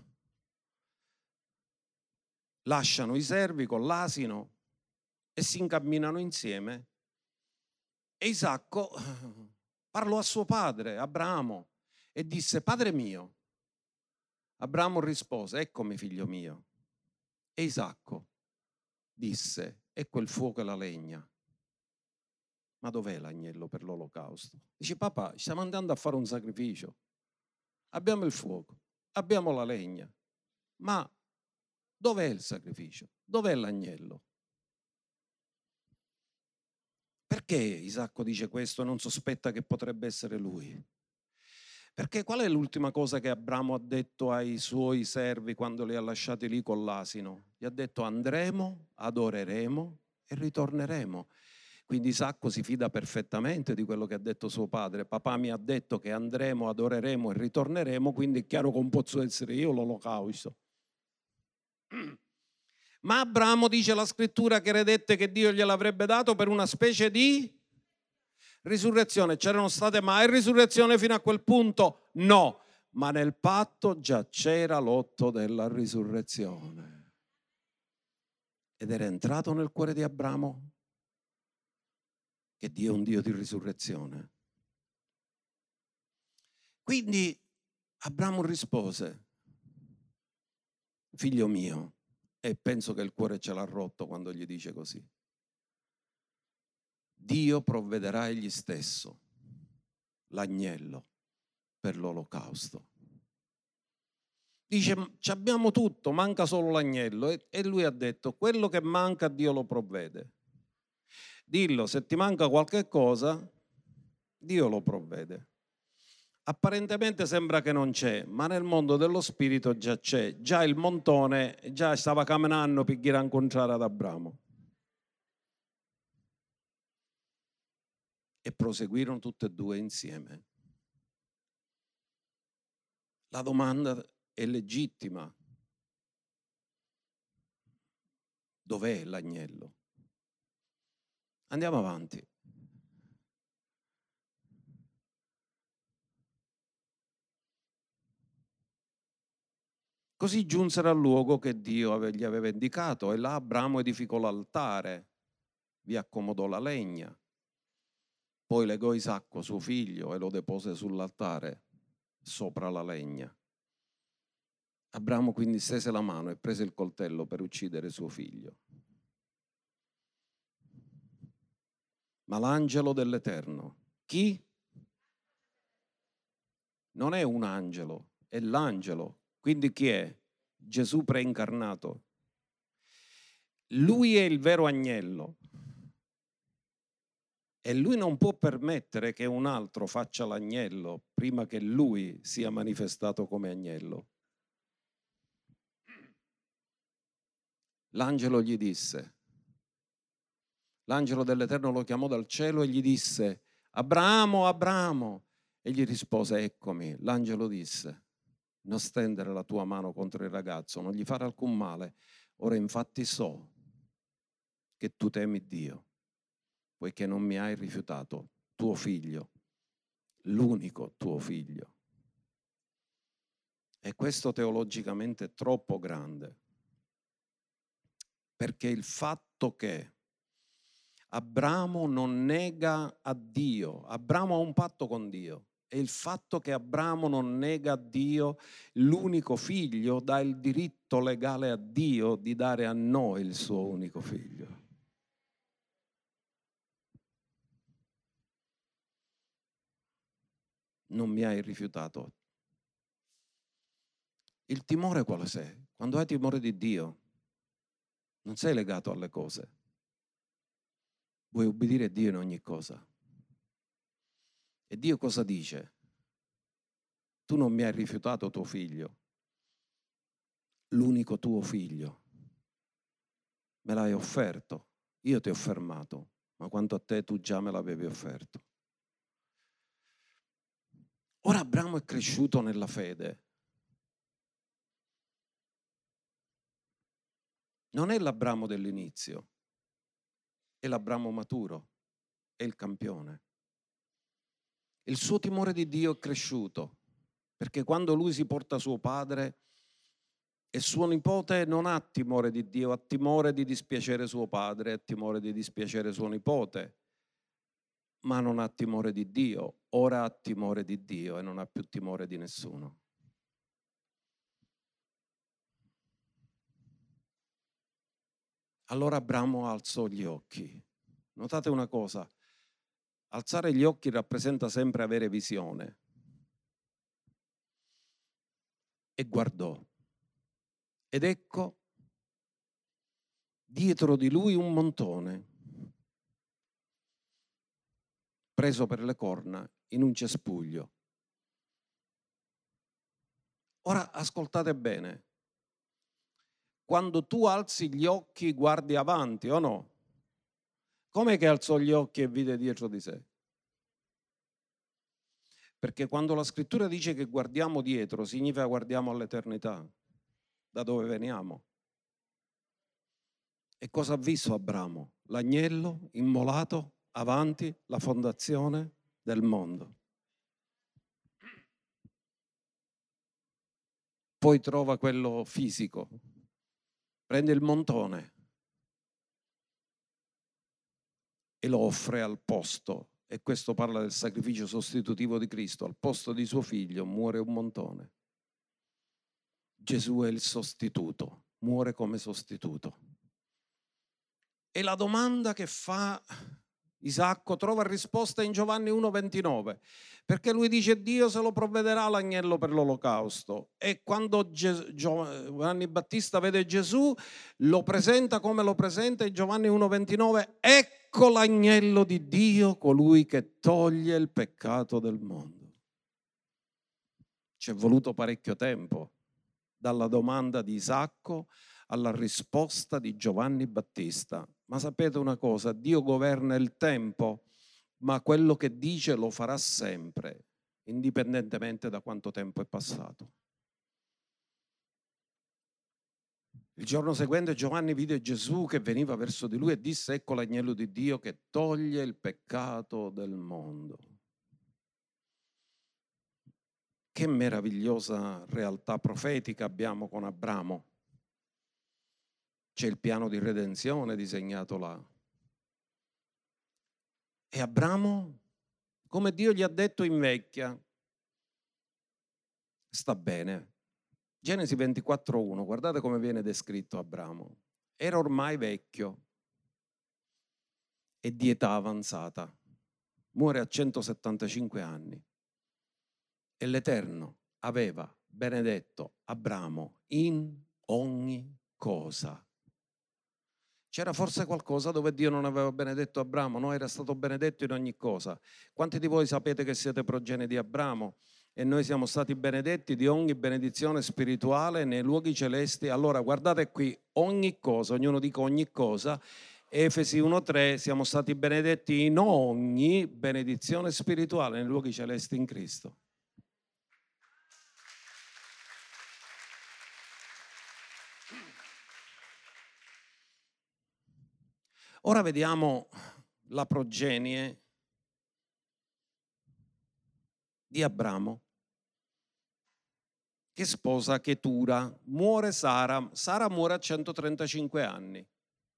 lasciano i servi con l'asino e si incamminano insieme. E Isacco parlò a suo padre Abramo e disse: padre mio. Abramo rispose: eccomi figlio mio. E Isacco disse: ecco il fuoco e la legna, ma dov'è l'agnello per l'olocausto? Dice: papà, stiamo andando a fare un sacrificio, abbiamo il fuoco, abbiamo la legna, ma dov'è il sacrificio? Dov'è l'agnello? Perché Isacco dice questo e non sospetta che potrebbe essere lui? Perché qual è l'ultima cosa che Abramo ha detto ai suoi servi quando li ha lasciati lì con l'asino? Gli ha detto: andremo, adoreremo e ritorneremo. Quindi Isacco si fida perfettamente di quello che ha detto suo padre. Papà mi ha detto che andremo, adoreremo e ritorneremo, quindi è chiaro che non posso essere io l'olocausto. Ma Abramo, dice la scrittura, credette che Dio gliel'avrebbe dato per una specie di risurrezione. C'erano state mai risurrezioni fino a quel punto? No, ma nel patto già c'era l'otto della risurrezione. Ed era entrato nel cuore di Abramo che Dio è un Dio di risurrezione. Quindi Abramo rispose: figlio mio, e penso che il cuore ce l'ha rotto quando gli dice così. Dio provvederà egli stesso l'agnello per l'olocausto. Dice: abbiamo tutto, manca solo l'agnello. E lui ha detto: quello che manca Dio lo provvede. Dillo, se ti manca qualche cosa, Dio lo provvede. Apparentemente sembra che non c'è, ma nel mondo dello spirito già c'è. Già il montone già stava camminando per ir a incontrare ad Abramo. E proseguirono tutte e due insieme. La domanda è legittima. Dov'è l'agnello? Andiamo avanti. Così giunsero al luogo che Dio gli aveva indicato e là Abramo edificò l'altare, vi accomodò la legna, poi legò Isacco suo figlio e lo depose sull'altare sopra la legna. Abramo quindi stese la mano e prese il coltello per uccidere suo figlio. Ma l'angelo dell'Eterno, chi? Non è un angelo, è l'angelo. Quindi chi è? Gesù preincarnato. Lui è il vero agnello. E lui non può permettere che un altro faccia l'agnello prima che lui sia manifestato come agnello. L'angelo gli disse, l'angelo dell'Eterno lo chiamò dal cielo e gli disse: Abramo, Abramo. E gli rispose: eccomi. L'angelo disse: non stendere la tua mano contro il ragazzo, non gli fare alcun male. Ora infatti so che tu temi Dio, poiché non mi hai rifiutato tuo figlio, l'unico tuo figlio. E questo teologicamente è troppo grande, perché il fatto che Abramo non nega a Dio, Abramo ha un patto con Dio, e il fatto che Abramo non nega a Dio l'unico figlio dà il diritto legale a Dio di dare a noi il suo unico figlio. Non mi hai rifiutato. Il timore quale sei? Quando hai timore di Dio, non sei legato alle cose. Vuoi obbedire a Dio in ogni cosa. E Dio cosa dice? Tu non mi hai rifiutato tuo figlio, l'unico tuo figlio. Me l'hai offerto, io ti ho fermato, ma quanto a te tu già me l'avevi offerto. Ora Abramo è cresciuto nella fede. Non è l'Abramo dell'inizio, è l'Abramo maturo, è il campione. Il suo timore di Dio è cresciuto, perché quando lui si porta suo padre e suo nipote non ha timore di Dio, ha timore di dispiacere suo padre, ha timore di dispiacere suo nipote, ma non ha timore di Dio. Ora ha timore di Dio e non ha più timore di nessuno. Allora Abramo alzò gli occhi. Notate una cosa, alzare gli occhi rappresenta sempre avere visione. e guardò. Ed ecco, dietro di lui un montone, preso per le corna in un cespuglio. Ora ascoltate bene. Quando tu alzi gli occhi guardi avanti o no? Com'è che alzò gli occhi e vide dietro di sé? Perché quando la scrittura dice che guardiamo dietro, significa guardiamo all'eternità, da dove veniamo. E cosa ha visto Abramo? L'agnello immolato avanti la fondazione del mondo. Poi trova quello fisico, prende il montone e lo offre al posto. E questo parla del sacrificio sostitutivo di Cristo. Al posto di suo figlio muore un montone. Gesù è il sostituto, muore come sostituto. E la domanda che fa Isacco trova risposta in Giovanni 1,29, perché lui dice: Dio se lo provvederà l'agnello per l'olocausto. E quando Giovanni Battista vede Gesù, lo presenta come lo presenta in Giovanni 1,29: ecco l'agnello di Dio, colui che toglie il peccato del mondo. Ci è voluto parecchio tempo dalla domanda di Isacco alla risposta di Giovanni Battista. Ma sapete una cosa? Dio governa il tempo, ma quello che dice lo farà sempre, indipendentemente da quanto tempo è passato. Il giorno seguente Giovanni vide Gesù che veniva verso di lui e disse: ecco l'agnello di Dio che toglie il peccato del mondo. Che meravigliosa realtà profetica abbiamo con Abramo. C'è il piano di redenzione disegnato là. E Abramo, come Dio gli ha detto, invecchia. Sta bene. Genesi 24,1, guardate come viene descritto Abramo. Era ormai vecchio e di età avanzata. Muore a 175 anni. E l'Eterno aveva benedetto Abramo in ogni cosa. C'era forse qualcosa dove Dio non aveva benedetto Abramo? No, era stato benedetto in ogni cosa. Quanti di voi sapete che siete progenie di Abramo? E noi siamo stati benedetti di ogni benedizione spirituale nei luoghi celesti. Allora guardate qui, ogni cosa, ognuno dica ogni cosa. Efesi 1,3, siamo stati benedetti in ogni benedizione spirituale nei luoghi celesti in Cristo. Ora vediamo la progenie di Abramo che sposa Chetura. Muore Sara. Sara muore a 135 anni.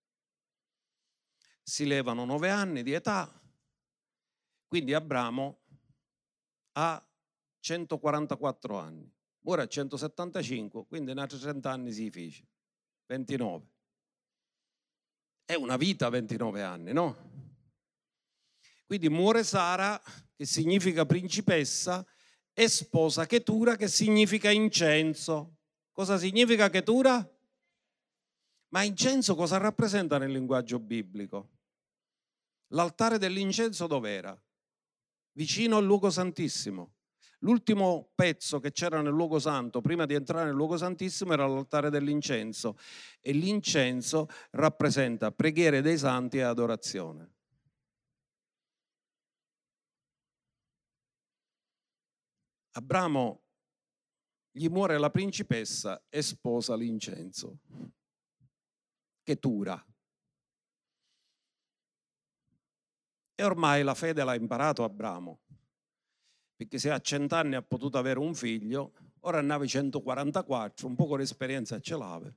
Si levano 9 anni di età, quindi Abramo ha 144 anni. Muore a 175, quindi in altri 30 anni si fece. 29. È una vita 29 anni, no? Quindi muore Sara, che significa principessa, e sposa Chetura, che significa incenso. Cosa significa Chetura? Ma incenso cosa rappresenta nel linguaggio biblico? L'altare dell'incenso dov'era? Vicino al luogo santissimo. L'ultimo pezzo che c'era nel luogo santo, prima di entrare nel luogo santissimo, era l'altare dell'incenso. E l'incenso rappresenta preghiere dei santi e adorazione. Abramo gli muore la principessa e sposa l'incenso. Chetura. E ormai la fede l'ha imparato Abramo, perché se a 100 anni ha potuto avere un figlio, ora ne aveva 144, un po' con esperienza ce l'ave.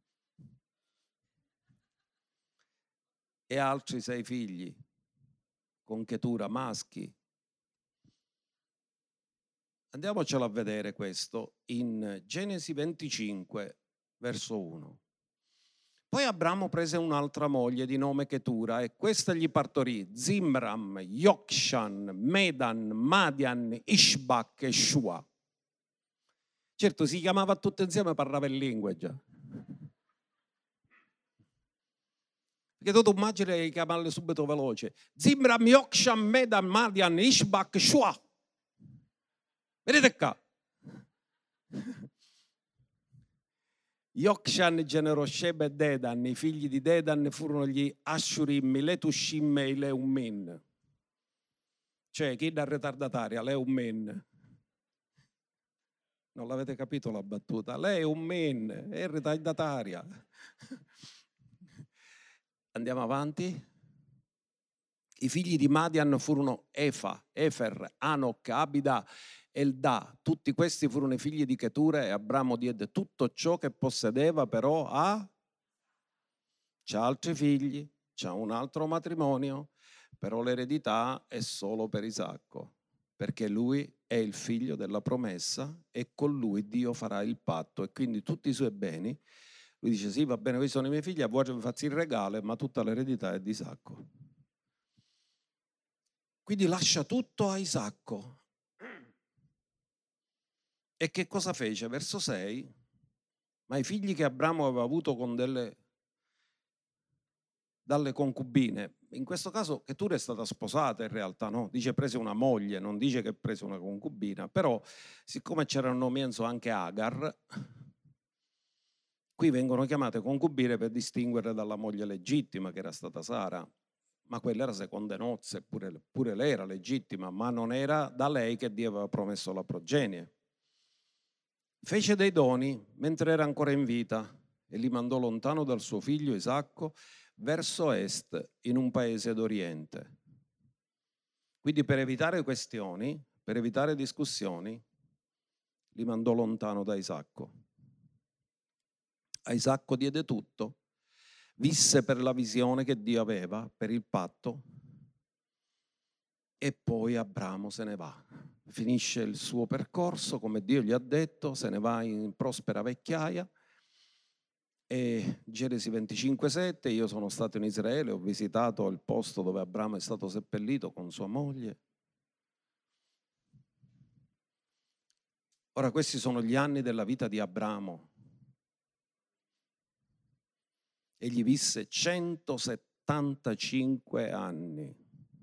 E altri 6 figli, con Chetura, maschi. Andiamocelo a vedere questo in Genesi 25, verso 1. Poi Abramo prese un'altra moglie di nome Chetura e questa gli partorì Zimram, Yokshan, Medan, Madian, Ishbak e Shua. Certo, si chiamava tutti insieme e parlava in lingue già. Perché tu immagini di chiamarle subito veloce. Zimram Yoksham Medan Madian Ishbak Shua. Vedete qua. Yokshan generò Sheba e Dedan, i figli di Dedan furono gli Ashurim, i Letushim e i Leumin. Cioè, chi da retardataria? Leumin. Non l'avete capito la battuta? Leumin, è retardataria. Andiamo avanti. I figli di Madian furono Efa, Efer, Anok, Abida, Eldà. Tutti questi furono i figli di Chetura e Abramo diede tutto ciò che possedeva, però c'ha altri figli, c'ha un altro matrimonio, però l'eredità è solo per Isacco, perché lui è il figlio della promessa e con lui Dio farà il patto e quindi tutti i suoi beni. Lui dice sì, va bene, questi sono i miei figli, a voi vi faccio il regalo, ma tutta l'eredità è di Isacco. Quindi lascia tutto a Isacco. E che cosa fece? Verso 6. Ma i figli che Abramo aveva avuto dalle concubine, in questo caso Chetura è stata sposata in realtà, no? Dice prese una moglie, non dice che prese una concubina, però siccome c'erano mezzo anche Agar, qui vengono chiamate concubine per distinguere dalla moglie legittima che era stata Sara, ma quella era seconde nozze, pure lei era legittima, ma non era da lei che Dio aveva promesso la progenie. Fece dei doni mentre era ancora in vita e li mandò lontano dal suo figlio Isacco verso est in un paese d'Oriente. Quindi per evitare questioni, per evitare discussioni, li mandò lontano da Isacco. A Isacco diede tutto, visse per la visione che Dio aveva, per il patto, e poi Abramo se ne va. Finisce il suo percorso, come Dio gli ha detto, se ne va in prospera vecchiaia. E Genesi 25,7, io sono stato in Israele, ho visitato il posto dove Abramo è stato seppellito con sua moglie. Ora questi sono gli anni della vita di Abramo. Egli visse 175 anni.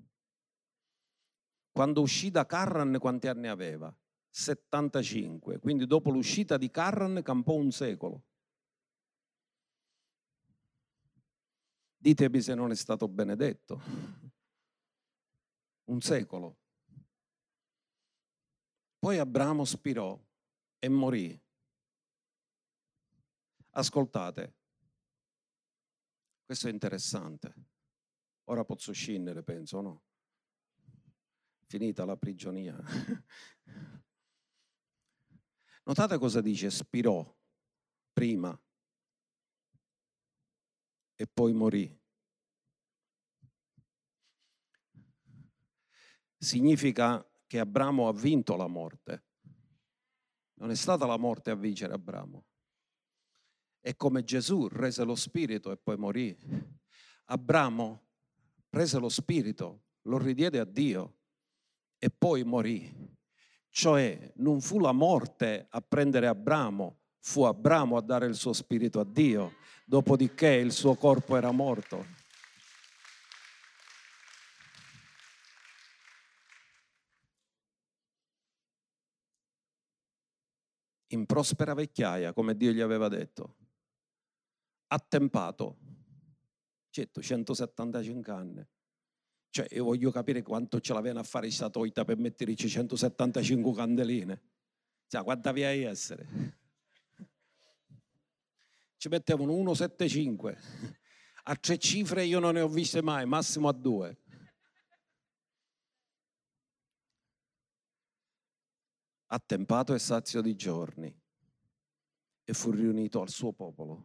Quando uscì da Carran quanti anni aveva? 75. Quindi dopo l'uscita di Carran campò un secolo. Ditemi se non è stato benedetto. Un secolo. Poi Abramo spirò e morì. Ascoltate, questo è interessante. Ora posso scendere, penso, no? Finita la prigionia. Notate cosa dice spirò prima e poi morì. Significa che Abramo ha vinto la morte. Non è stata la morte a vincere Abramo. È come Gesù rese lo spirito e poi morì. Abramo prese lo spirito, lo ridiede a Dio e poi morì. Cioè non fu la morte a prendere Abramo, fu Abramo a dare il suo spirito a Dio, dopodiché il suo corpo era morto. In prospera vecchiaia, come Dio gli aveva detto, attempato, certo, 175 anni. Cioè, io voglio capire quanto ce l'avevano a fare i satoita per metterci 175 candeline. Cioè, quanta via essere? Ci mettevano 1,75. A 3 cifre io non ne ho viste mai, massimo a 2. Attempato e sazio di giorni e fu riunito al suo popolo.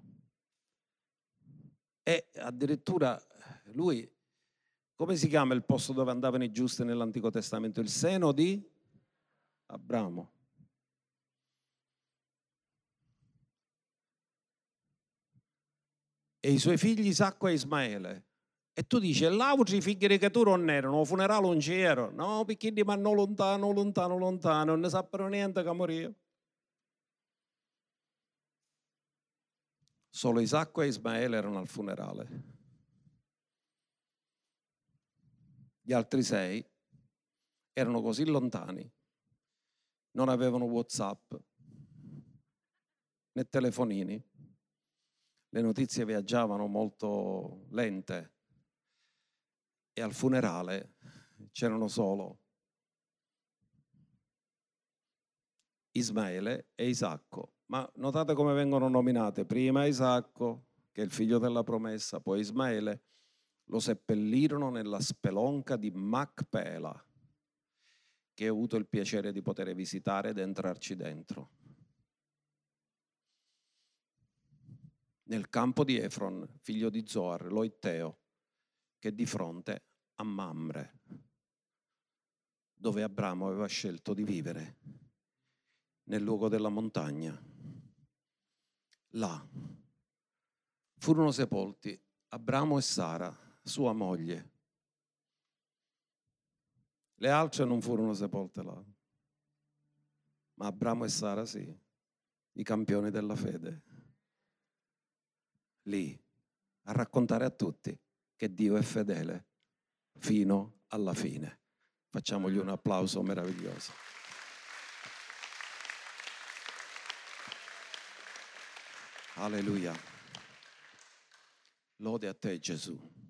E addirittura lui, come si chiama il posto dove andavano i giusti nell'Antico Testamento? Il seno di Abramo. E i suoi figli Isacco e Ismaele. E tu dici, l'altro i figli di Chetura non erano, il funerale non c'era. No, perché li mandano lontano, non ne sapevano niente che morire. Solo Isacco e Ismaele erano al funerale. Gli altri 6 erano così lontani, non avevano WhatsApp né telefonini, le notizie viaggiavano molto lente e al funerale c'erano solo Ismaele e Isacco. Ma notate come vengono nominate: prima Isacco, che è il figlio della promessa, poi Ismaele. Lo seppellirono nella spelonca di Macpela, che ho avuto il piacere di poter visitare ed entrarci dentro. Nel campo di Efron, figlio di Zoar, l'Oitteo, che è di fronte a Mamre, dove Abramo aveva scelto di vivere, nel luogo della montagna. Là furono sepolti Abramo e Sara, sua moglie. Le altre non furono sepolte là, ma Abramo e Sara sì, i campioni della fede. Lì, a raccontare a tutti che Dio è fedele fino alla fine. Facciamogli un applauso meraviglioso. Alleluia. Lode a te, Gesù.